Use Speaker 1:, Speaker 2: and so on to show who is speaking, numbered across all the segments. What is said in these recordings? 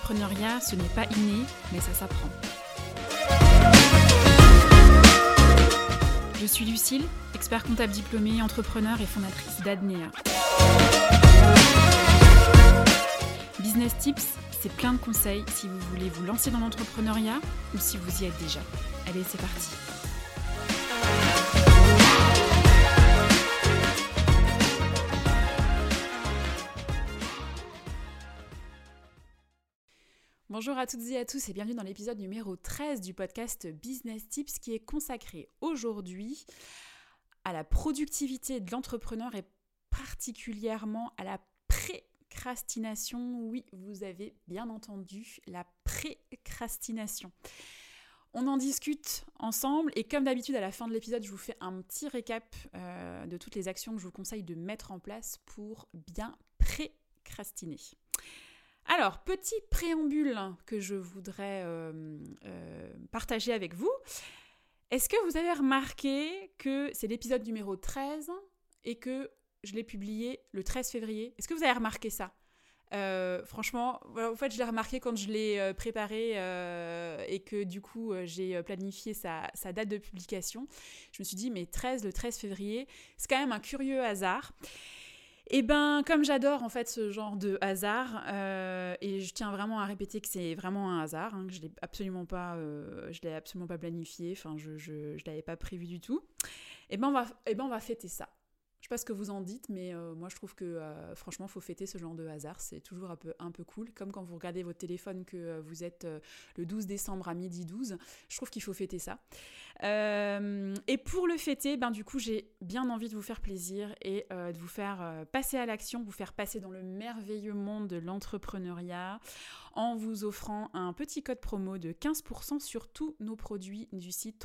Speaker 1: L'entrepreneuriat, ce n'est pas inné, mais ça s'apprend. Je suis Lucille, expert comptable diplômée, entrepreneur et fondatrice d'Adnea. Business Tips, c'est plein de conseils si vous voulez vous lancer dans l'entrepreneuriat ou si vous y êtes déjà. Allez, c'est parti. Bonjour à toutes et à tous et bienvenue dans l'épisode numéro 13 du podcast Business Tips qui est consacré aujourd'hui à la productivité de l'entrepreneur et particulièrement à la précrastination. Oui, vous avez bien entendu, la précrastination. On en discute ensemble et comme d'habitude à la fin de l'épisode, je vous fais un petit récap de toutes les actions que je vous conseille de mettre en place pour bien précrastiner. Alors, petit préambule que je voudrais partager avec vous. Est-ce que vous avez remarqué que c'est l'épisode numéro 13 et que je l'ai publié le 13 février ? Est-ce que vous avez remarqué ça ? Franchement, en fait, je l'ai remarqué quand je l'ai préparé et que du coup, j'ai planifié sa date de publication. Je me suis dit, mais le 13 février, c'est quand même un curieux hasard. Et ben, comme j'adore en fait ce genre de hasard, et je tiens vraiment à répéter que c'est vraiment un hasard, que je l'ai absolument pas planifié, enfin je l'avais pas prévu du tout. Et ben on va fêter ça. Je sais pas ce que vous en dites, mais moi je trouve que franchement faut fêter ce genre de hasard, c'est toujours un peu cool, comme quand vous regardez votre téléphone que vous êtes le 12 décembre à 12h12, je trouve qu'il faut fêter ça. Et pour le fêter, ben du coup j'ai bien envie de vous faire plaisir et de vous faire passer à l'action, vous faire passer dans le merveilleux monde de l'entrepreneuriat en vous offrant un petit code promo de 15% sur tous nos produits du site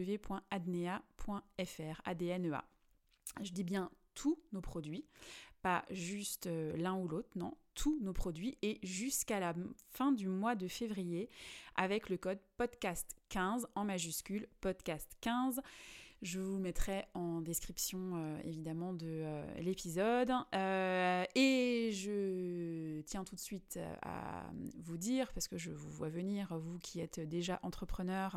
Speaker 1: www.adnea.fr, ADNEA. Je dis bien tous nos produits, pas juste l'un ou l'autre, non, tous nos produits et jusqu'à la fin du mois de février avec le code podcast15 en majuscule, podcast15. Je vous mettrai en description évidemment de l'épisode et je tiens tout de suite à vous dire, parce que je vous vois venir, vous qui êtes déjà entrepreneur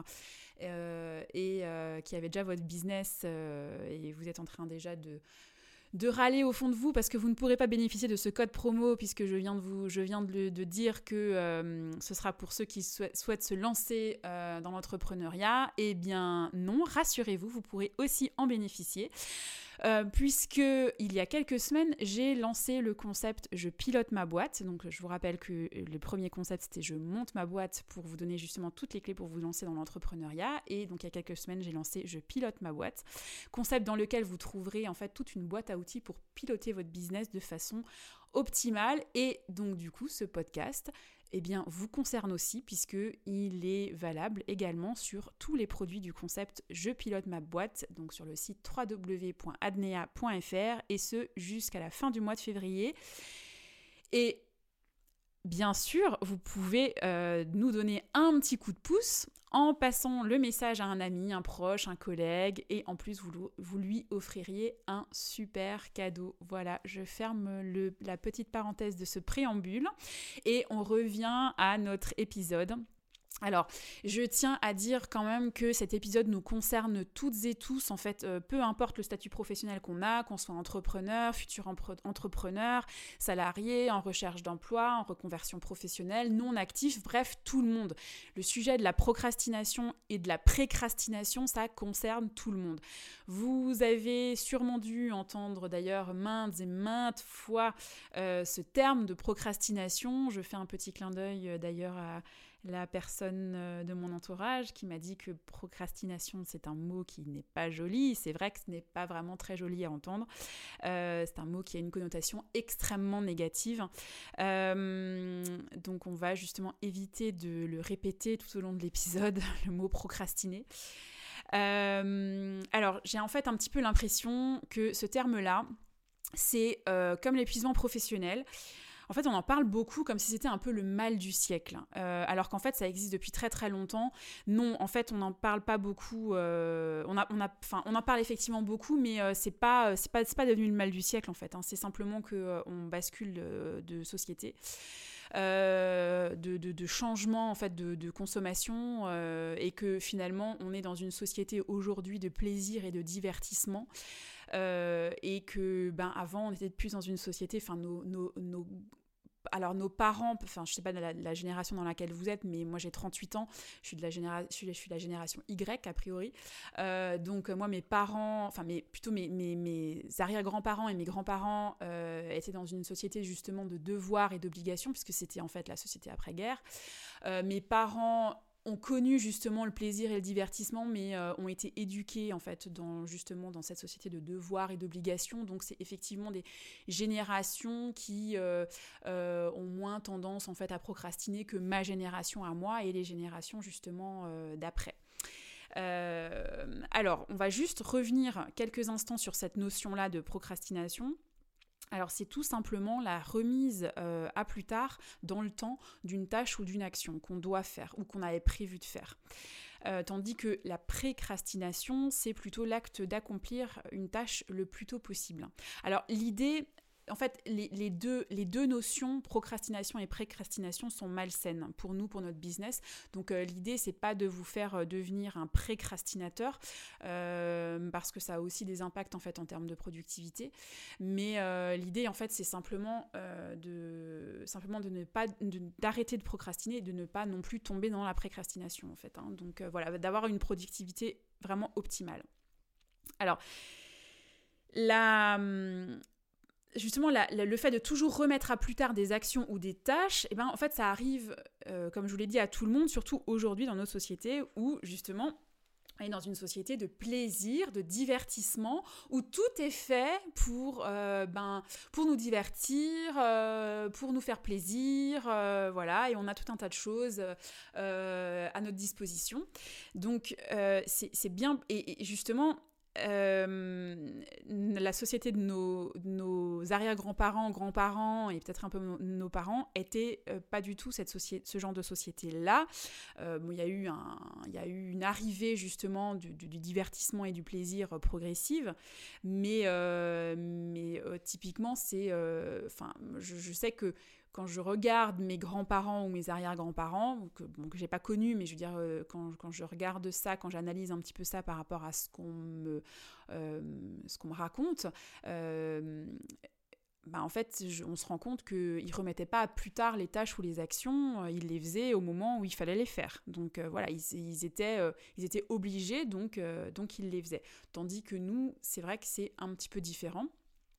Speaker 1: et qui avez déjà votre business et vous êtes en train déjà de râler au fond de vous parce que vous ne pourrez pas bénéficier de ce code promo puisque je viens de dire que ce sera pour ceux qui souhaitent se lancer dans l'entrepreneuriat. Eh bien non, rassurez-vous, vous pourrez aussi en bénéficier. Puisque il y a quelques semaines, j'ai lancé le concept « Je pilote ma boîte ». Donc, je vous rappelle que le premier concept, c'était « Je monte ma boîte » pour vous donner justement toutes les clés pour vous lancer dans l'entrepreneuriat. Et donc, il y a quelques semaines, j'ai lancé « Je pilote ma boîte ». Concept dans lequel vous trouverez en fait toute une boîte à outils pour piloter votre business de façon optimale. Et donc, du coup, ce podcast vous concerne aussi puisqu'il est valable également sur tous les produits du concept « Je pilote ma boîte », donc sur le site www.adnea.fr et ce jusqu'à la fin du mois de février. Et bien sûr, vous pouvez nous donner un petit coup de pouce en passant le message à un ami, un proche, un collègue et en plus vous lui offririez un super cadeau. Voilà, je ferme la petite parenthèse de ce préambule et on revient à notre épisode. Alors, je tiens à dire quand même que cet épisode nous concerne toutes et tous, en fait, peu importe le statut professionnel qu'on soit entrepreneur, futur entrepreneur, salarié, en recherche d'emploi, en reconversion professionnelle, non actif, bref, tout le monde. Le sujet de la procrastination et de la précrastination, ça concerne tout le monde. Vous avez sûrement dû entendre d'ailleurs maintes et maintes fois ce terme de procrastination. Je fais un petit clin d'œil d'ailleurs à la personne de mon entourage qui m'a dit que procrastination, c'est un mot qui n'est pas joli. C'est vrai que ce n'est pas vraiment très joli à entendre. C'est un mot qui a une connotation extrêmement négative. Donc, on va justement éviter de le répéter tout au long de l'épisode, le mot procrastiner. Alors, j'ai en fait un petit peu l'impression que ce terme-là, c'est comme l'épuisement professionnel. En fait, on en parle beaucoup comme si c'était un peu le mal du siècle, alors qu'en fait, ça existe depuis très très longtemps. Non, en fait, on n'en parle pas beaucoup. On en parle effectivement beaucoup, mais c'est pas devenu le mal du siècle en fait. C'est simplement que on bascule de société. de changement en fait de consommation et que finalement on est dans une société aujourd'hui de plaisir et de divertissement et que avant on était plus dans une société, enfin alors nos parents, enfin je sais pas de la génération dans laquelle vous êtes, mais moi j'ai 38 ans, je suis de la génération Y a priori, donc moi mes parents, enfin plutôt mes arrière-grands-parents et mes grands-parents étaient dans une société justement de devoirs et d'obligations, puisque c'était en fait la société après-guerre. Mes parents ont connu justement le plaisir et le divertissement, mais ont été éduqués en fait dans cette société de devoirs et d'obligations. Donc c'est effectivement des générations qui ont moins tendance en fait à procrastiner que ma génération à moi et les générations justement d'après. Alors, on va juste revenir quelques instants sur cette notion-là de procrastination. Alors c'est tout simplement la remise à plus tard dans le temps d'une tâche ou d'une action qu'on doit faire ou qu'on avait prévu de faire. Tandis que la précrastination, c'est plutôt l'acte d'accomplir une tâche le plus tôt possible. Alors l'idée, en fait, les deux notions, procrastination et précrastination, sont malsaines pour nous, pour notre business. Donc l'idée, c'est pas de vous faire devenir un précrastinateur, parce que ça a aussi des impacts en fait en termes de productivité. Mais l'idée, en fait, c'est simplement d'arrêter de procrastiner et de ne pas non plus tomber dans la précrastination, en fait. Donc voilà, d'avoir une productivité vraiment optimale. Alors, justement, le fait de toujours remettre à plus tard des actions ou des tâches, en fait, ça arrive, comme je vous l'ai dit, à tout le monde, surtout aujourd'hui dans notre société où, justement, on est dans une société de plaisir, de divertissement, où tout est fait pour nous divertir, pour nous faire plaisir, voilà, et on a tout un tas de choses à notre disposition. Donc, c'est bien, et justement, la société de nos arrière-grands-parents, grands-parents et peut-être un peu nos parents était pas du tout ce genre de société-là. Il y a eu une arrivée justement du divertissement et du plaisir progressive, mais typiquement c'est, je sais que quand je regarde mes grands-parents ou mes arrière-grands-parents, que j'ai pas connus, mais je veux dire, quand je regarde ça, quand j'analyse un petit peu ça par rapport à ce qu'on me raconte, en fait, on se rend compte qu'ils ne remettaient pas à plus tard les tâches ou les actions, ils les faisaient au moment où il fallait les faire. Donc voilà, ils étaient obligés, donc ils les faisaient. Tandis que nous, c'est vrai que c'est un petit peu différent.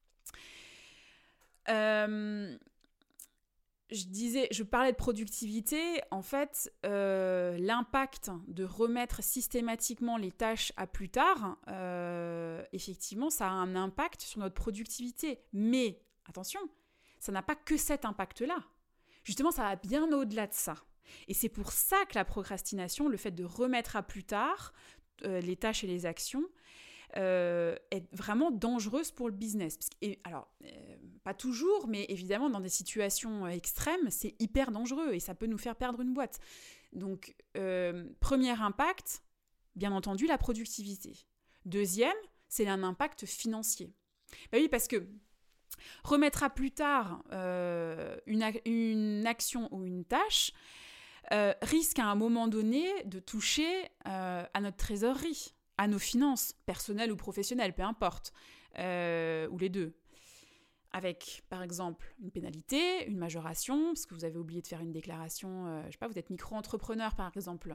Speaker 1: Je parlais de productivité. En fait, l'impact de remettre systématiquement les tâches à plus tard, effectivement, ça a un impact sur notre productivité. Mais, attention, ça n'a pas que cet impact-là. Justement, ça va bien au-delà de ça. Et c'est pour ça que la procrastination, le fait de remettre à plus tard les tâches et les actions, est vraiment dangereuse pour le business. Pas toujours, mais évidemment, dans des situations extrêmes, c'est hyper dangereux et ça peut nous faire perdre une boîte. Donc, premier impact, bien entendu, la productivité. Deuxième, c'est un impact financier. Oui, parce que remettre à plus tard une action ou une tâche risque à un moment donné de toucher à notre trésorerie, à nos finances, personnelles ou professionnelles, peu importe, ou les deux. Avec, par exemple, une pénalité, une majoration, parce que vous avez oublié de faire une déclaration, vous êtes micro-entrepreneur, par exemple.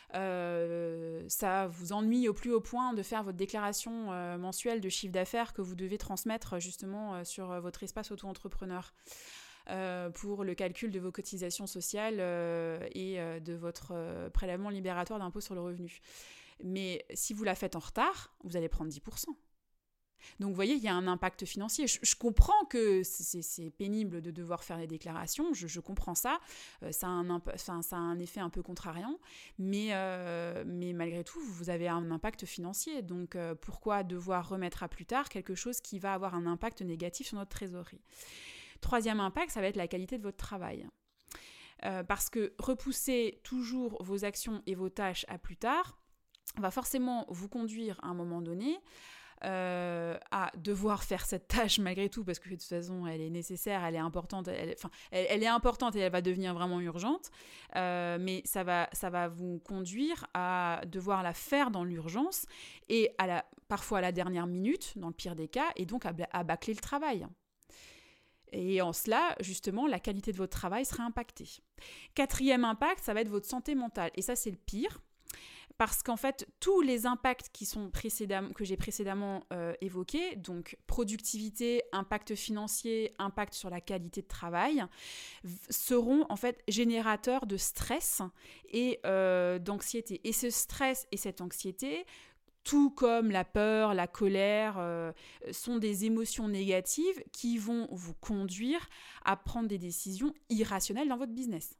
Speaker 1: Ça vous ennuie au plus haut point de faire votre déclaration mensuelle de chiffre d'affaires que vous devez transmettre justement sur votre espace auto-entrepreneur. Pour le calcul de vos cotisations sociales et de votre prélèvement libératoire d'impôt sur le revenu. Mais si vous la faites en retard, vous allez prendre 10%. Donc vous voyez, il y a un impact financier. Je comprends que c'est pénible de devoir faire les déclarations, je comprends ça, ça a un effet un peu contrariant, mais malgré tout, vous avez un impact financier. Donc pourquoi devoir remettre à plus tard quelque chose qui va avoir un impact négatif sur notre trésorerie ? Troisième impact, ça va être la qualité de votre travail. Parce que repousser toujours vos actions et vos tâches à plus tard va forcément vous conduire à un moment donné à devoir faire cette tâche malgré tout, parce que de toute façon, elle est nécessaire, elle est importante, elle est importante et elle va devenir vraiment urgente, mais ça va vous conduire à devoir la faire dans l'urgence et parfois à la dernière minute, dans le pire des cas, et donc à bâcler le travail. Et en cela, justement, la qualité de votre travail sera impactée. Quatrième impact, ça va être votre santé mentale. Et ça, c'est le pire. Parce qu'en fait, tous les impacts que j'ai précédemment évoqués, donc productivité, impact financier, impact sur la qualité de travail, seront en fait générateurs de stress et d'anxiété. Et ce stress et cette anxiété, tout comme la peur, la colère, sont des émotions négatives qui vont vous conduire à prendre des décisions irrationnelles dans votre business.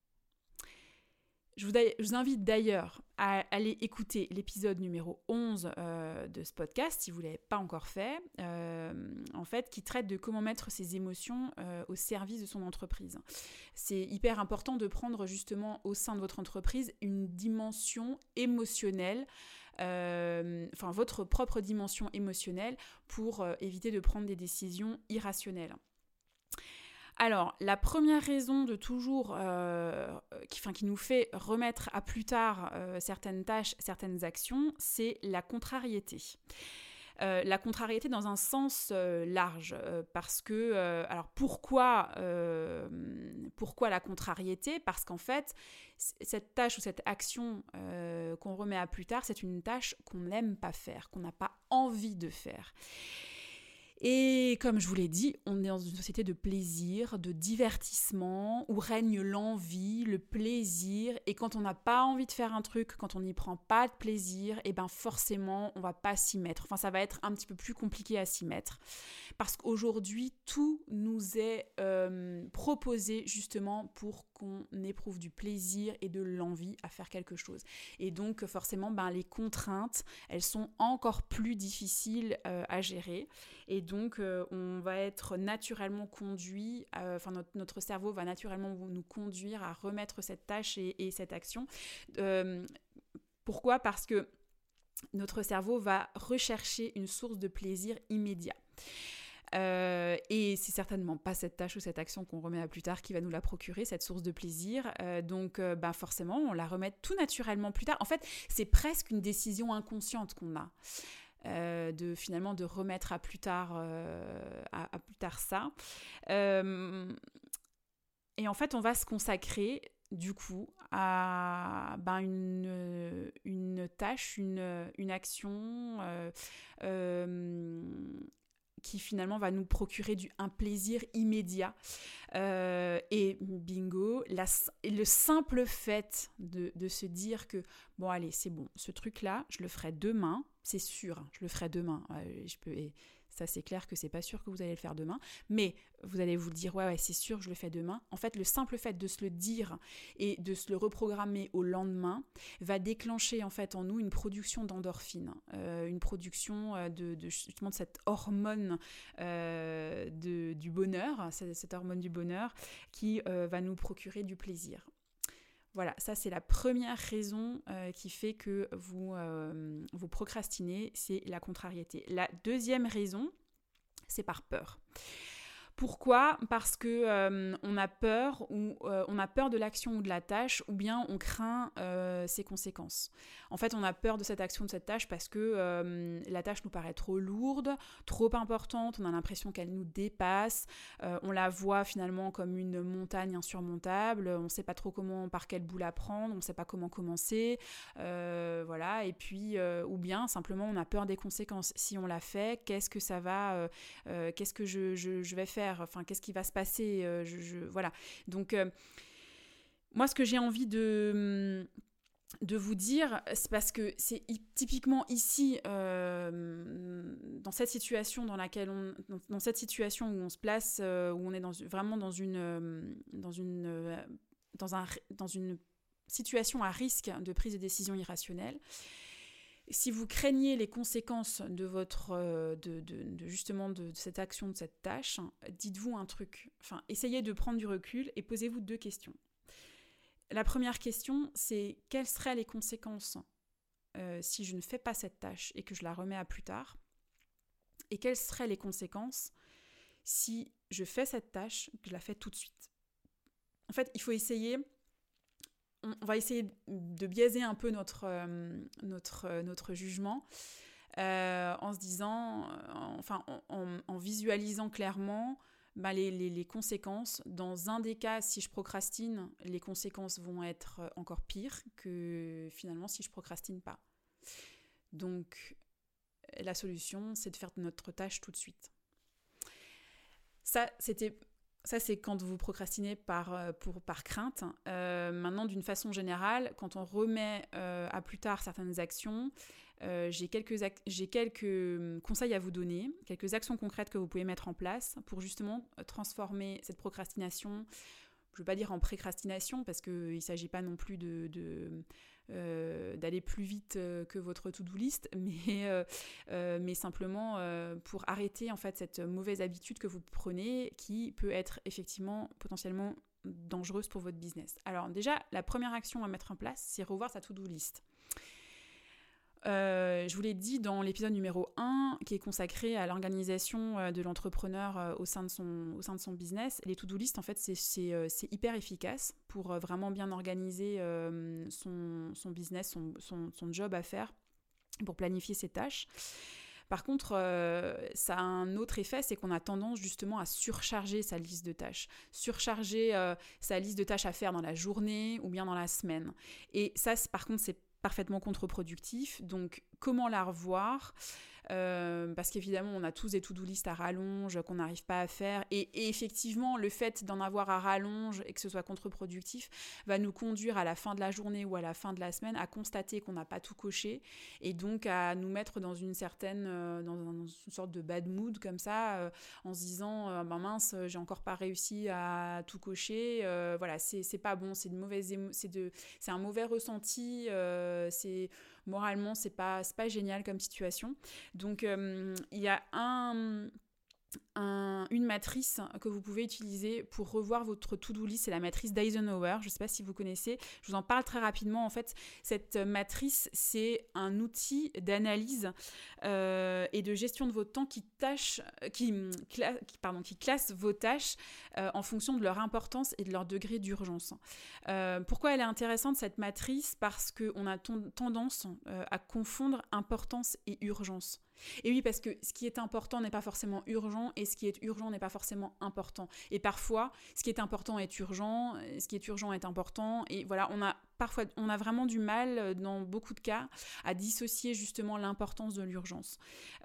Speaker 1: Je vous invite d'ailleurs à aller écouter l'épisode numéro 11 de ce podcast, si vous ne l'avez pas encore fait, en fait, qui traite de comment mettre ses émotions au service de son entreprise. C'est hyper important de prendre justement au sein de votre entreprise une dimension émotionnelle, votre propre dimension émotionnelle pour éviter de prendre des décisions irrationnelles. Alors, la première raison de toujours, qui nous fait remettre à plus tard certaines tâches, certaines actions, c'est la contrariété. La contrariété dans un sens large, parce que, alors pourquoi la contrariété ? Parce qu'en fait, cette tâche ou cette action qu'on remet à plus tard, c'est une tâche qu'on n'aime pas faire, qu'on n'a pas envie de faire. Et comme je vous l'ai dit, on est dans une société de plaisir, de divertissement, où règne l'envie, le plaisir. Et quand on n'a pas envie de faire un truc, quand on n'y prend pas de plaisir, et ben forcément, on va pas s'y mettre. Enfin, ça va être un petit peu plus compliqué à s'y mettre. Parce qu'aujourd'hui, tout nous est proposé justement pour qu'on éprouve du plaisir et de l'envie à faire quelque chose. Et donc, forcément, les contraintes, elles sont encore plus difficiles à gérer. Et donc, on va être naturellement conduit, notre cerveau va naturellement nous conduire à remettre cette tâche et cette action. Pourquoi ? Parce que notre cerveau va rechercher une source de plaisir immédiat. Et c'est certainement pas cette tâche ou cette action qu'on remet à plus tard qui va nous la procurer, cette source de plaisir. Donc, forcément, on la remet tout naturellement plus tard. En fait, c'est presque une décision inconsciente qu'on a. De remettre à plus tard ça. Et en fait, on va se consacrer du coup à une tâche, une action qui finalement va nous procurer un plaisir immédiat. Et bingo, le simple fait de se dire que bon allez, c'est bon, ce truc-là, je le ferai demain, c'est sûr, je le ferai demain. Et ça, c'est clair que c'est pas sûr que vous allez le faire demain, mais vous allez vous dire ouais, c'est sûr, je le fais demain. En fait, le simple fait de se le dire et de se le reprogrammer au lendemain va déclencher en fait en nous une production d'endorphine, une production justement de cette hormone du bonheur, cette hormone du bonheur qui va nous procurer du plaisir. Voilà, ça c'est la première raison qui fait que vous procrastinez, c'est la contrariété. La deuxième raison, c'est par peur. Pourquoi ? Parce que on a peur de l'action ou de la tâche, ou bien on craint ses conséquences. En fait, on a peur de cette action, de cette tâche, parce que la tâche nous paraît trop lourde, trop importante, on a l'impression qu'elle nous dépasse, on la voit finalement comme une montagne insurmontable, on ne sait pas trop par quel bout la prendre, on ne sait pas comment commencer, voilà, et puis, ou bien simplement on a peur des conséquences. Si on l'a fait, qu'est-ce que ça va, qu'est-ce que je vais faire ? Enfin, qu'est-ce qui va se passer ? Voilà. Donc, moi, ce que j'ai envie de vous dire, c'est parce que c'est typiquement ici, dans cette situation dans cette situation où on se place, où on est vraiment dans une situation à risque de prise de décision irrationnelle. Si vous craignez les conséquences de cette action, de cette tâche, dites-vous un truc. Enfin, essayez de prendre du recul et posez-vous 2 questions. La première question, c'est quelles seraient les conséquences si je ne fais pas cette tâche et que je la remets à plus tard ? et quelles seraient les conséquences si je fais cette tâche, que je la fais tout de suite. En fait, il faut essayer, on va essayer de biaiser un peu notre jugement en se disant, en visualisant clairement les conséquences. Dans un des cas, si je procrastine, les conséquences vont être encore pires que finalement si je procrastine pas. Donc, la solution, c'est de faire notre tâche tout de suite. Ça, c'est quand vous procrastinez par crainte. Maintenant, d'une façon générale, quand on remet à plus tard certaines actions, j'ai quelques conseils à vous donner, quelques actions concrètes que vous pouvez mettre en place pour justement transformer cette procrastination, je ne veux pas dire en précrastination, parce qu'il ne s'agit pas non plus d'aller plus vite que votre to-do list, mais simplement pour arrêter en fait cette mauvaise habitude que vous prenez qui peut être effectivement potentiellement dangereuse pour votre business. Alors déjà, la première action à mettre en place, c'est revoir sa to-do list. Je vous l'ai dit dans l'épisode numéro 1 qui est consacré à l'organisation de l'entrepreneur au sein de son business. Les to-do list, en fait, c'est hyper efficace pour vraiment bien organiser son business, son job à faire, pour planifier ses tâches. Par contre, ça a un autre effet, c'est qu'on a tendance justement à surcharger sa liste de tâches, surcharger sa liste de tâches à faire dans la journée ou bien dans la semaine. Et ça, par contre, c'est parfaitement contre-productif. Donc, comment la revoir ? Parce qu'évidemment, on a tous des to-do list à rallonge qu'on n'arrive pas à faire. Et effectivement, le fait d'en avoir à rallonge et que ce soit contre-productif va nous conduire à la fin de la journée ou à la fin de la semaine à constater qu'on n'a pas tout coché et donc à nous mettre dans une sorte de bad mood comme ça, en se disant mince, j'ai encore pas réussi à tout cocher. Voilà, c'est pas bon, c'est un mauvais ressenti. Moralement, c'est pas génial comme situation. Donc, il y a une matrice que vous pouvez utiliser pour revoir votre to-do list, c'est la matrice d'Eisenhower. Je ne sais pas si vous connaissez, je vous en parle très rapidement. En fait, cette matrice, c'est un outil d'analyse et de gestion de votre temps qui classe vos tâches en fonction de leur importance et de leur degré d'urgence. Pourquoi elle est intéressante, cette matrice ? Parce qu'on a tendance à confondre importance et urgence. Et oui, parce que ce qui est important n'est pas forcément urgent et ce qui est urgent n'est pas forcément important. Et parfois, ce qui est important est urgent, ce qui est urgent est important. Et voilà, on a vraiment du mal, dans beaucoup de cas, à dissocier justement l'importance de l'urgence.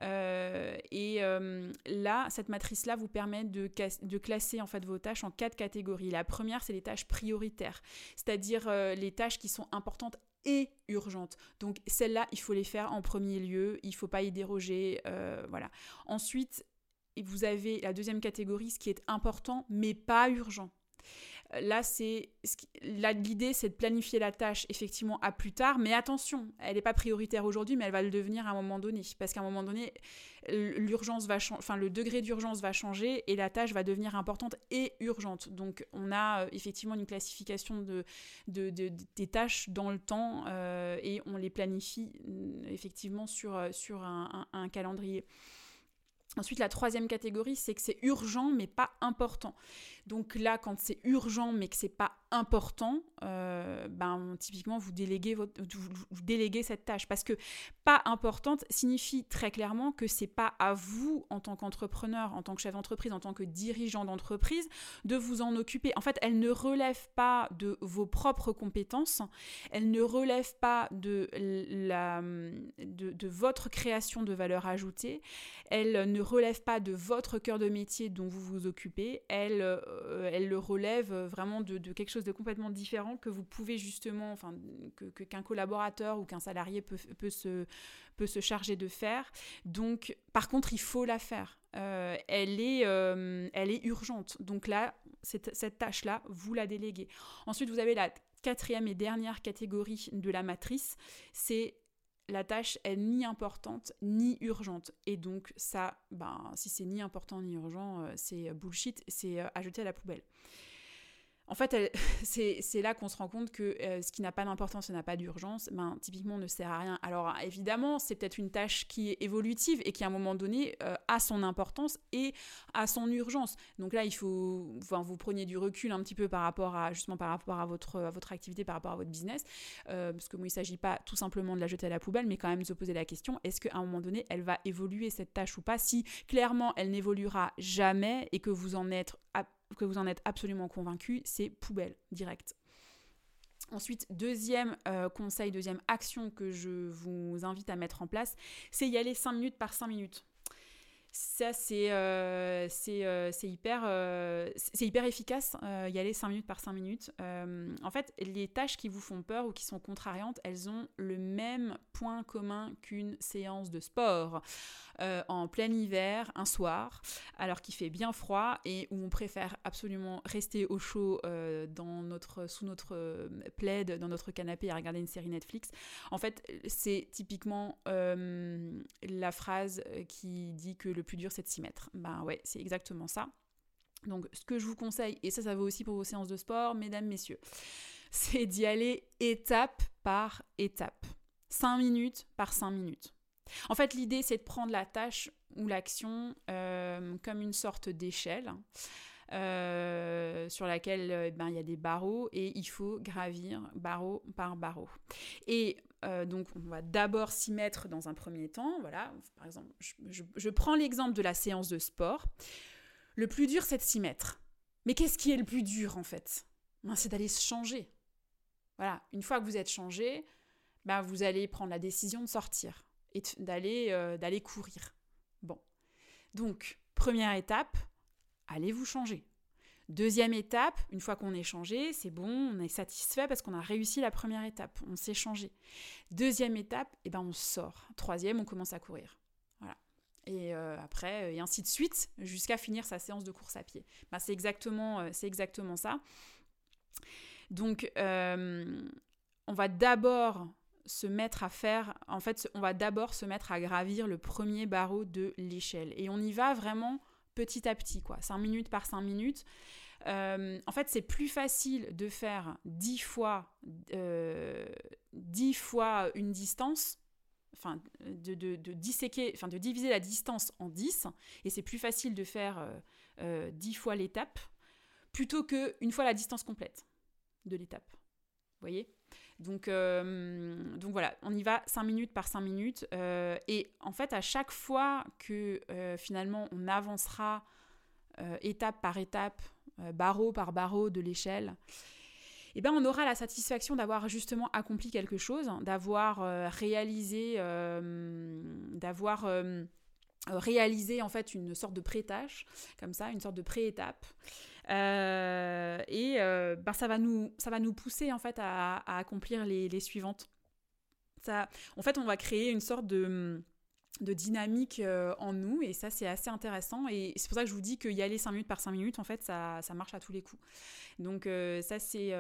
Speaker 1: Là, cette matrice-là vous permet de classer en fait vos tâches en 4 catégories. La première, c'est les tâches prioritaires, c'est-à-dire les tâches qui sont importantes et urgentes. Donc celles-là, il faut les faire en premier lieu, il ne faut pas y déroger. Voilà. Ensuite, vous avez la deuxième catégorie, ce qui est important mais pas urgent. Là, l'idée, c'est de planifier la tâche effectivement à plus tard, mais attention, elle n'est pas prioritaire aujourd'hui, mais elle va le devenir à un moment donné, parce qu'à un moment donné, le degré d'urgence va changer et la tâche va devenir importante et urgente. Donc, on a effectivement une classification des tâches dans le temps et on les planifie effectivement sur un calendrier. Ensuite, la troisième catégorie, c'est que c'est urgent mais pas important. Donc là, quand c'est urgent mais que c'est pas important, typiquement vous déléguez cette tâche, parce que pas importante signifie très clairement que c'est pas à vous en tant qu'entrepreneur, en tant que chef d'entreprise, en tant que dirigeant d'entreprise de vous en occuper. En fait, elle ne relève pas de vos propres compétences, elle ne relève pas de votre création de valeur ajoutée, elle ne relève pas de votre cœur de métier dont vous vous occupez, elle le relève vraiment de quelque chose de complètement différent que vous pouvez justement, qu'un collaborateur ou qu'un salarié peut se charger de faire. Donc, par contre, il faut la faire. Elle est urgente. Donc là, cette tâche-là, vous la déléguez. Ensuite, vous avez la quatrième et dernière catégorie de la matrice, c'est la tâche est ni importante ni urgente. Et donc ça, si c'est ni important ni urgent, c'est bullshit, c'est à jeter à la poubelle. En fait, c'est là qu'on se rend compte que ce qui n'a pas d'importance et n'a pas d'urgence, typiquement ne sert à rien. Alors évidemment, c'est peut-être une tâche qui est évolutive et qui à un moment donné a son importance et a son urgence. Donc là, il faut, vous preniez du recul un petit peu par rapport à votre activité, par rapport à votre business, parce que il ne s'agit pas tout simplement de la jeter à la poubelle, mais quand même de se poser la question, est-ce qu'à un moment donné, elle va évoluer cette tâche ou pas? Si clairement, elle n'évoluera jamais et que vous en êtes absolument convaincu, c'est poubelle, direct. Ensuite, deuxième conseil, deuxième action que je vous invite à mettre en place, c'est y aller 5 minutes par 5 minutes. Ça, c'est hyper efficace, y aller 5 minutes par 5 minutes. En fait, les tâches qui vous font peur ou qui sont contrariantes, elles ont le même point commun qu'une séance de sport. En plein hiver, un soir, alors qu'il fait bien froid et où on préfère absolument rester au chaud sous notre plaid, dans notre canapé et regarder une série Netflix. En fait, c'est typiquement la phrase qui dit que le plus dur, c'est de s'y mettre. Ouais, c'est exactement ça. Donc, ce que je vous conseille, et ça vaut aussi pour vos séances de sport, mesdames, messieurs, c'est d'y aller étape par étape. 5 minutes par 5 minutes. En fait, l'idée, c'est de prendre la tâche ou l'action comme une sorte d'échelle sur laquelle il y a des barreaux et il faut gravir barreau par barreau. Et donc, on va d'abord s'y mettre dans un premier temps. Voilà, par exemple, je prends l'exemple de la séance de sport. Le plus dur, c'est de s'y mettre. Mais qu'est-ce qui est le plus dur, en fait ? C'est d'aller se changer. Voilà, une fois que vous êtes changé, vous allez prendre la décision de sortir et d'aller courir. Bon. Donc, première étape, allez vous changer. Deuxième étape, une fois qu'on est changé, c'est bon, on est satisfait parce qu'on a réussi la première étape, on s'est changé. Deuxième étape, on sort. Troisième, on commence à courir. Voilà. Et après, et ainsi de suite, jusqu'à finir sa séance de course à pied. C'est exactement ça. Donc, on va d'abord se mettre à gravir le premier barreau de l'échelle. Et on y va vraiment petit à petit, 5 minutes par 5 minutes. En fait, c'est plus facile de faire 10 fois une distance, de diviser la distance en 10, et c'est plus facile de faire 10 fois l'étape, plutôt qu'une fois la distance complète de l'étape. Vous voyez ? Donc voilà, on y va 5 minutes par 5 minutes. Et en fait, à chaque fois que finalement on avancera étape par étape, barreau par barreau de l'échelle, on aura la satisfaction d'avoir justement accompli quelque chose, d'avoir réalisé en fait une sorte de pré-tâche, comme ça, une sorte de pré-étape. Ça va nous pousser en fait à accomplir les suivantes. En fait, on va créer une sorte de dynamique en nous, et ça, c'est assez intéressant. Et c'est pour ça que je vous dis qu'y aller 5 minutes par 5 minutes, en fait, ça marche à tous les coups. Donc c'est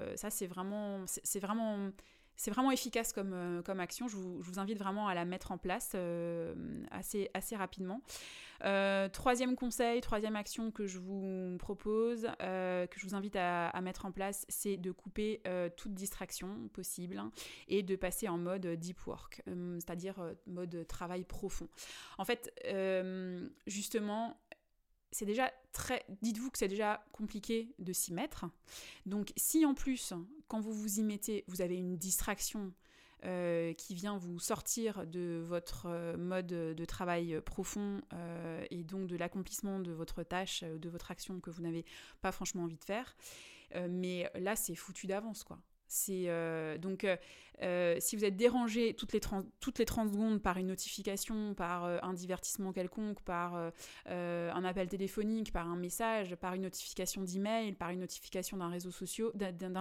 Speaker 1: vraiment efficace comme action. Je vous invite vraiment à la mettre en place assez rapidement. Troisième conseil, troisième action que je vous propose, que je vous invite à mettre en place, c'est de couper toute distraction possible et de passer en mode deep work, c'est-à-dire mode travail profond. En fait, justement, dites-vous que c'est déjà compliqué de s'y mettre. Donc, si en plus, quand vous vous y mettez, vous avez une distraction qui vient vous sortir de votre mode de travail profond et donc de l'accomplissement de votre tâche, de votre action que vous n'avez pas franchement envie de faire, mais là, c'est foutu d'avance, quoi. Si vous êtes dérangé toutes les 30 secondes par une notification, par un divertissement quelconque, par un appel téléphonique, par un message, par une notification d'email, par une notification d'un réseau social,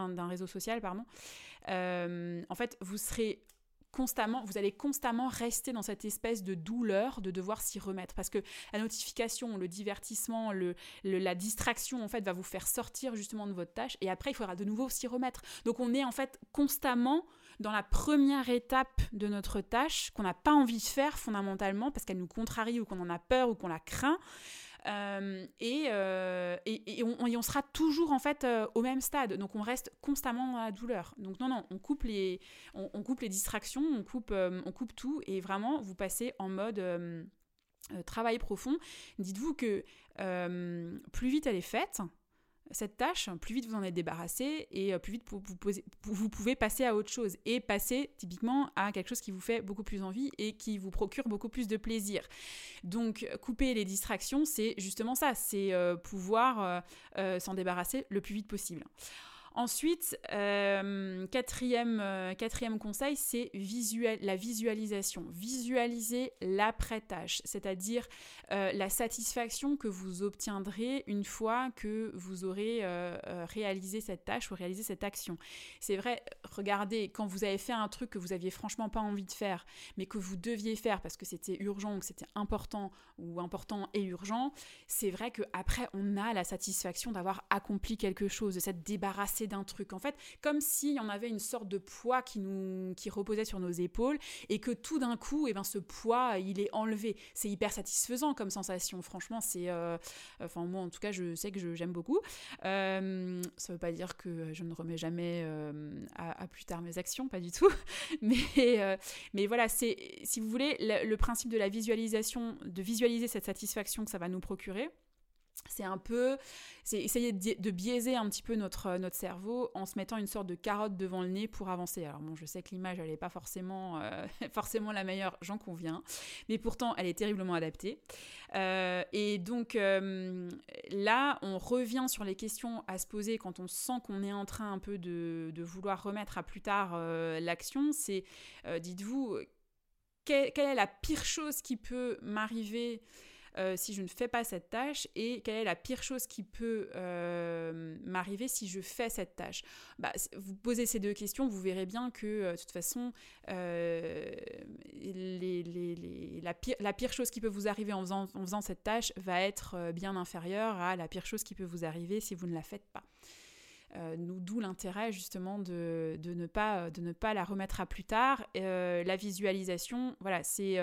Speaker 1: en fait, vous allez constamment rester dans cette espèce de douleur de devoir s'y remettre, parce que la notification, le divertissement, la distraction en fait va vous faire sortir justement de votre tâche, et après il faudra de nouveau s'y remettre. Donc on est en fait constamment dans la première étape de notre tâche qu'on n'a pas envie de faire fondamentalement parce qu'elle nous contrarie ou qu'on en a peur ou qu'on la craint. on sera toujours en fait au même stade. Donc on reste constamment dans la douleur. Donc non, on coupe les distractions, on coupe tout et vraiment vous passez en mode travail profond. Dites-vous que plus vite elle est faite, cette tâche, plus vite vous en êtes débarrassé et plus vite vous pouvez passer à autre chose et passer typiquement à quelque chose qui vous fait beaucoup plus envie et qui vous procure beaucoup plus de plaisir. Donc couper les distractions, c'est justement ça, c'est pouvoir s'en débarrasser le plus vite possible. Ensuite, quatrième conseil, c'est la visualisation. Visualiser l'après-tâche, c'est-à-dire la satisfaction que vous obtiendrez une fois que vous aurez réalisé cette tâche ou réalisé cette action. C'est vrai, regardez, quand vous avez fait un truc que vous aviez franchement pas envie de faire, mais que vous deviez faire parce que c'était urgent ou que c'était important et urgent, c'est vrai qu'après, on a la satisfaction d'avoir accompli quelque chose, de s'être débarrassé d'un truc. En fait, comme s'il y en avait une sorte de poids qui reposait sur nos épaules et que tout d'un coup, ce poids, il est enlevé. C'est hyper satisfaisant comme sensation. Franchement, c'est... moi, en tout cas, je sais que j'aime beaucoup. Ça ne veut pas dire que je ne remets jamais à plus tard mes actions, pas du tout. Mais voilà, c'est, si vous voulez, le principe de la visualisation, de visualiser cette satisfaction que ça va nous procurer, c'est essayer de biaiser un petit peu notre cerveau en se mettant une sorte de carotte devant le nez pour avancer. Alors bon, je sais que l'image, elle n'est pas forcément la meilleure, j'en conviens, mais pourtant, elle est terriblement adaptée. Et donc, là, on revient sur les questions à se poser quand on sent qu'on est en train un peu de vouloir remettre à plus tard l'action. C'est, dites-vous, quelle est la pire chose qui peut m'arriver si je ne fais pas cette tâche et quelle est la pire chose qui peut m'arriver si je fais cette tâche. Vous posez ces deux questions, vous verrez bien que de toute façon la pire chose qui peut vous arriver en faisant cette tâche va être bien inférieure à la pire chose qui peut vous arriver si vous ne la faites pas. D'où l'intérêt justement de ne pas la remettre à plus tard. La visualisation, voilà, c'est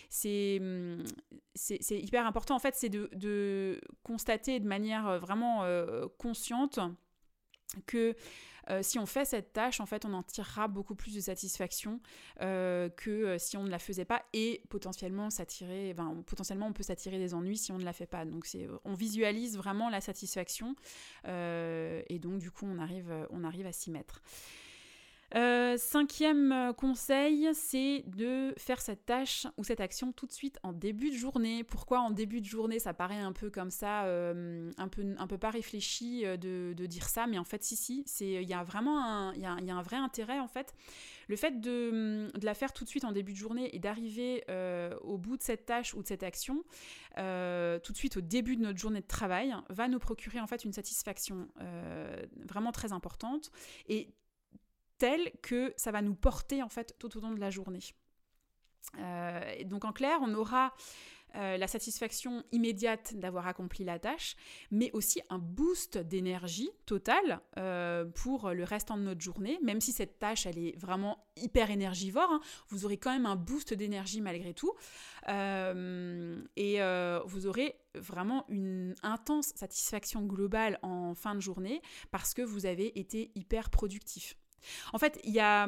Speaker 1: hyper important. En fait, c'est de constater de manière vraiment consciente que si on fait cette tâche, en fait, on en tirera beaucoup plus de satisfaction que si on ne la faisait pas et potentiellement on peut s'attirer des ennuis si on ne la fait pas. Donc on visualise vraiment la satisfaction et donc du coup on arrive à s'y mettre. Cinquième conseil, c'est de faire cette tâche ou cette action tout de suite en début de journée. Pourquoi en début de journée ? Ça paraît un peu comme ça, un peu pas réfléchi de dire ça, mais en fait si, il y a vraiment un vrai intérêt en fait. Le fait de la faire tout de suite en début de journée et d'arriver au bout de cette tâche ou de cette action, tout de suite au début de notre journée de travail, va nous procurer en fait une satisfaction vraiment très importante et telle que ça va nous porter en fait tout au long de la journée. Donc en clair, on aura la satisfaction immédiate d'avoir accompli la tâche, mais aussi un boost d'énergie totale pour le restant de notre journée, même si cette tâche elle est vraiment hyper énergivore, hein, vous aurez quand même un boost d'énergie malgré tout, et vous aurez vraiment une intense satisfaction globale en fin de journée parce que vous avez été hyper productif. En fait, il y a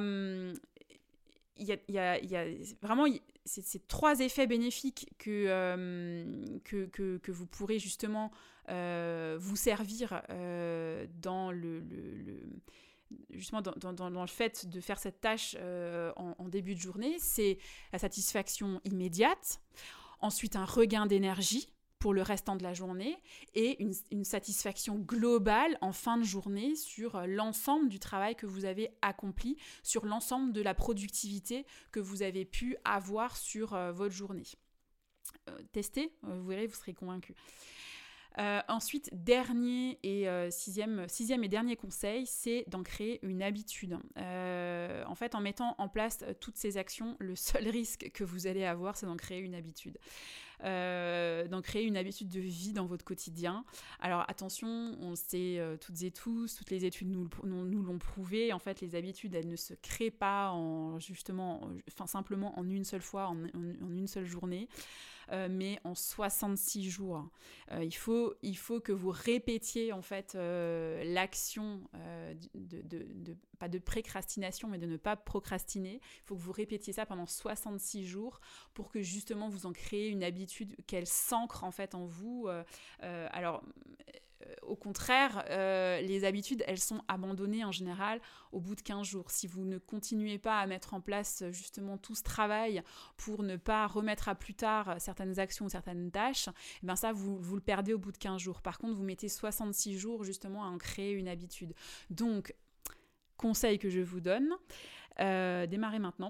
Speaker 1: vraiment ces trois effets bénéfiques que vous pourrez justement vous servir dans justement dans le fait de faire cette tâche en début de journée. C'est la satisfaction immédiate, ensuite un regain d'énergie pour le restant de la journée et une satisfaction globale en fin de journée sur l'ensemble du travail que vous avez accompli, sur l'ensemble de la productivité que vous avez pu avoir sur votre journée. Testez, vous verrez, vous serez convaincus. Ensuite, dernier et sixième et dernier conseil, c'est d'en créer une habitude. En fait, en mettant en place toutes ces actions, le seul risque que vous allez avoir, c'est d'en créer une habitude. D'en créer une habitude de vie dans votre quotidien. Alors attention, on le sait toutes et tous, toutes les études nous l'ont prouvé, en fait les habitudes elles ne se créent pas simplement en une seule fois, en une seule journée. mais en 66 jours. Il faut que vous répétiez en fait l'action pas de précrastination, mais de ne pas procrastiner. Il faut que vous répétiez ça pendant 66 jours pour que justement vous en créez une habitude, qu'elle s'ancre en fait en vous. Au contraire, les habitudes, elles sont abandonnées en général au bout de 15 jours. Si vous ne continuez pas à mettre en place justement tout ce travail pour ne pas remettre à plus tard certaines actions ou certaines tâches, ça, vous le perdez au bout de 15 jours. Par contre, vous mettez 66 jours justement à en créer une habitude. Donc, conseil que je vous donne, démarrez maintenant.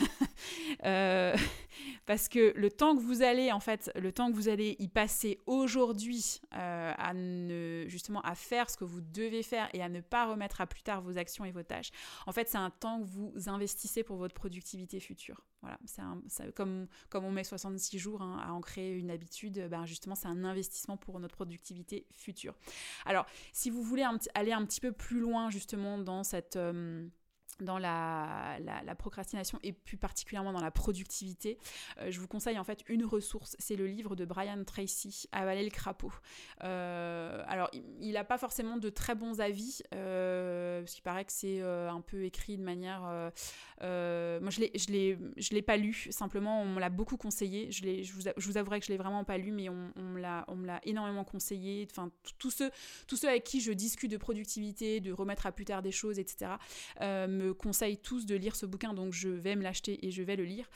Speaker 1: Parce que le temps que vous allez y passer aujourd'hui justement à faire ce que vous devez faire et à ne pas remettre à plus tard vos actions et vos tâches, en fait c'est un temps que vous investissez pour votre productivité future. Voilà, comme on met 66 jours à en créer une habitude, justement c'est un investissement pour notre productivité future. Alors si vous voulez aller un petit peu plus loin justement dans cette... dans la procrastination et plus particulièrement dans la productivité, je vous conseille en fait une ressource, c'est le livre de Brian Tracy, Avaler le crapaud. Alors il n'a pas forcément de très bons avis, parce qu'il paraît que c'est un peu écrit de manière... moi je l'ai pas lu, simplement on me l'a beaucoup conseillé, je vous avouerai que je l'ai vraiment pas lu, mais on me l'a énormément conseillé. Enfin, tous ceux avec qui je discute de productivité, de remettre à plus tard des choses, etc., me conseillent tous de lire ce bouquin, donc je vais me l'acheter et je vais le lire.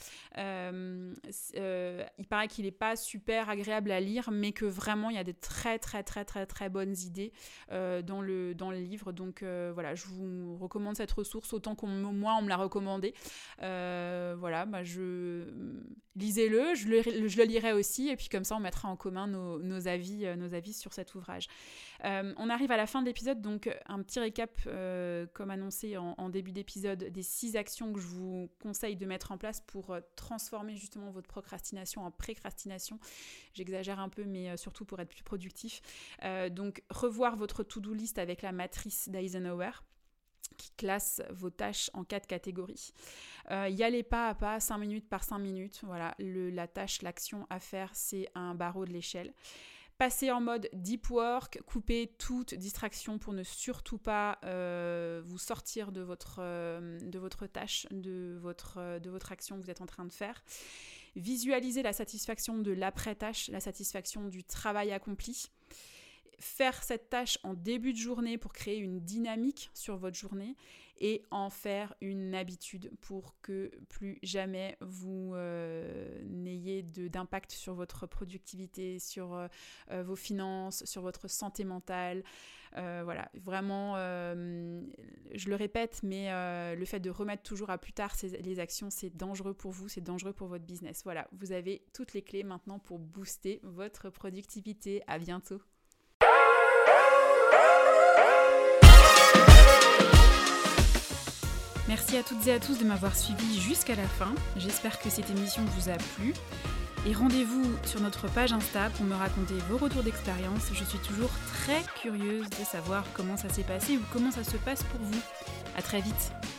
Speaker 1: Il paraît qu'il n'est pas super agréable à lire, mais que vraiment il y a des très très très très très bonnes idées dans le livre, donc voilà, je vous recommande cette ressource autant moi on me l'a recommandé. Lisez-le, je le lirai aussi, et puis comme ça on mettra en commun nos avis sur cet ouvrage. On arrive à la fin de l'épisode, donc un petit récap comme annoncé en début d'épisode des 6 actions que je vous conseille de mettre en place pour transformer justement votre procrastination en précrastination. J'exagère un peu, mais surtout pour être plus productif. Donc revoir votre to-do list avec la matrice d'Eisenhower, qui classe vos tâches en 4 catégories. Y aller pas à pas, 5 minutes par 5 minutes. Voilà, la tâche, l'action à faire, c'est un barreau de l'échelle. Passer en mode deep work, couper toute distraction pour ne surtout pas vous sortir de votre tâche, de votre action que vous êtes en train de faire. Visualiser la satisfaction de l'après-tâche, la satisfaction du travail accompli. Faire cette tâche en début de journée pour créer une dynamique sur votre journée et en faire une habitude pour que plus jamais vous n'ayez d'impact sur votre productivité, sur vos finances, sur votre santé mentale. Voilà, vraiment, je le répète, mais le fait de remettre toujours à plus tard les actions, c'est dangereux pour vous, c'est dangereux pour votre business. Voilà, vous avez toutes les clés maintenant pour booster votre productivité. À bientôt. Merci à toutes et à tous de m'avoir suivi jusqu'à la fin. J'espère que cette émission vous a plu. Et rendez-vous sur notre page Insta pour me raconter vos retours d'expérience. Je suis toujours très curieuse de savoir comment ça s'est passé ou comment ça se passe pour vous. À très vite.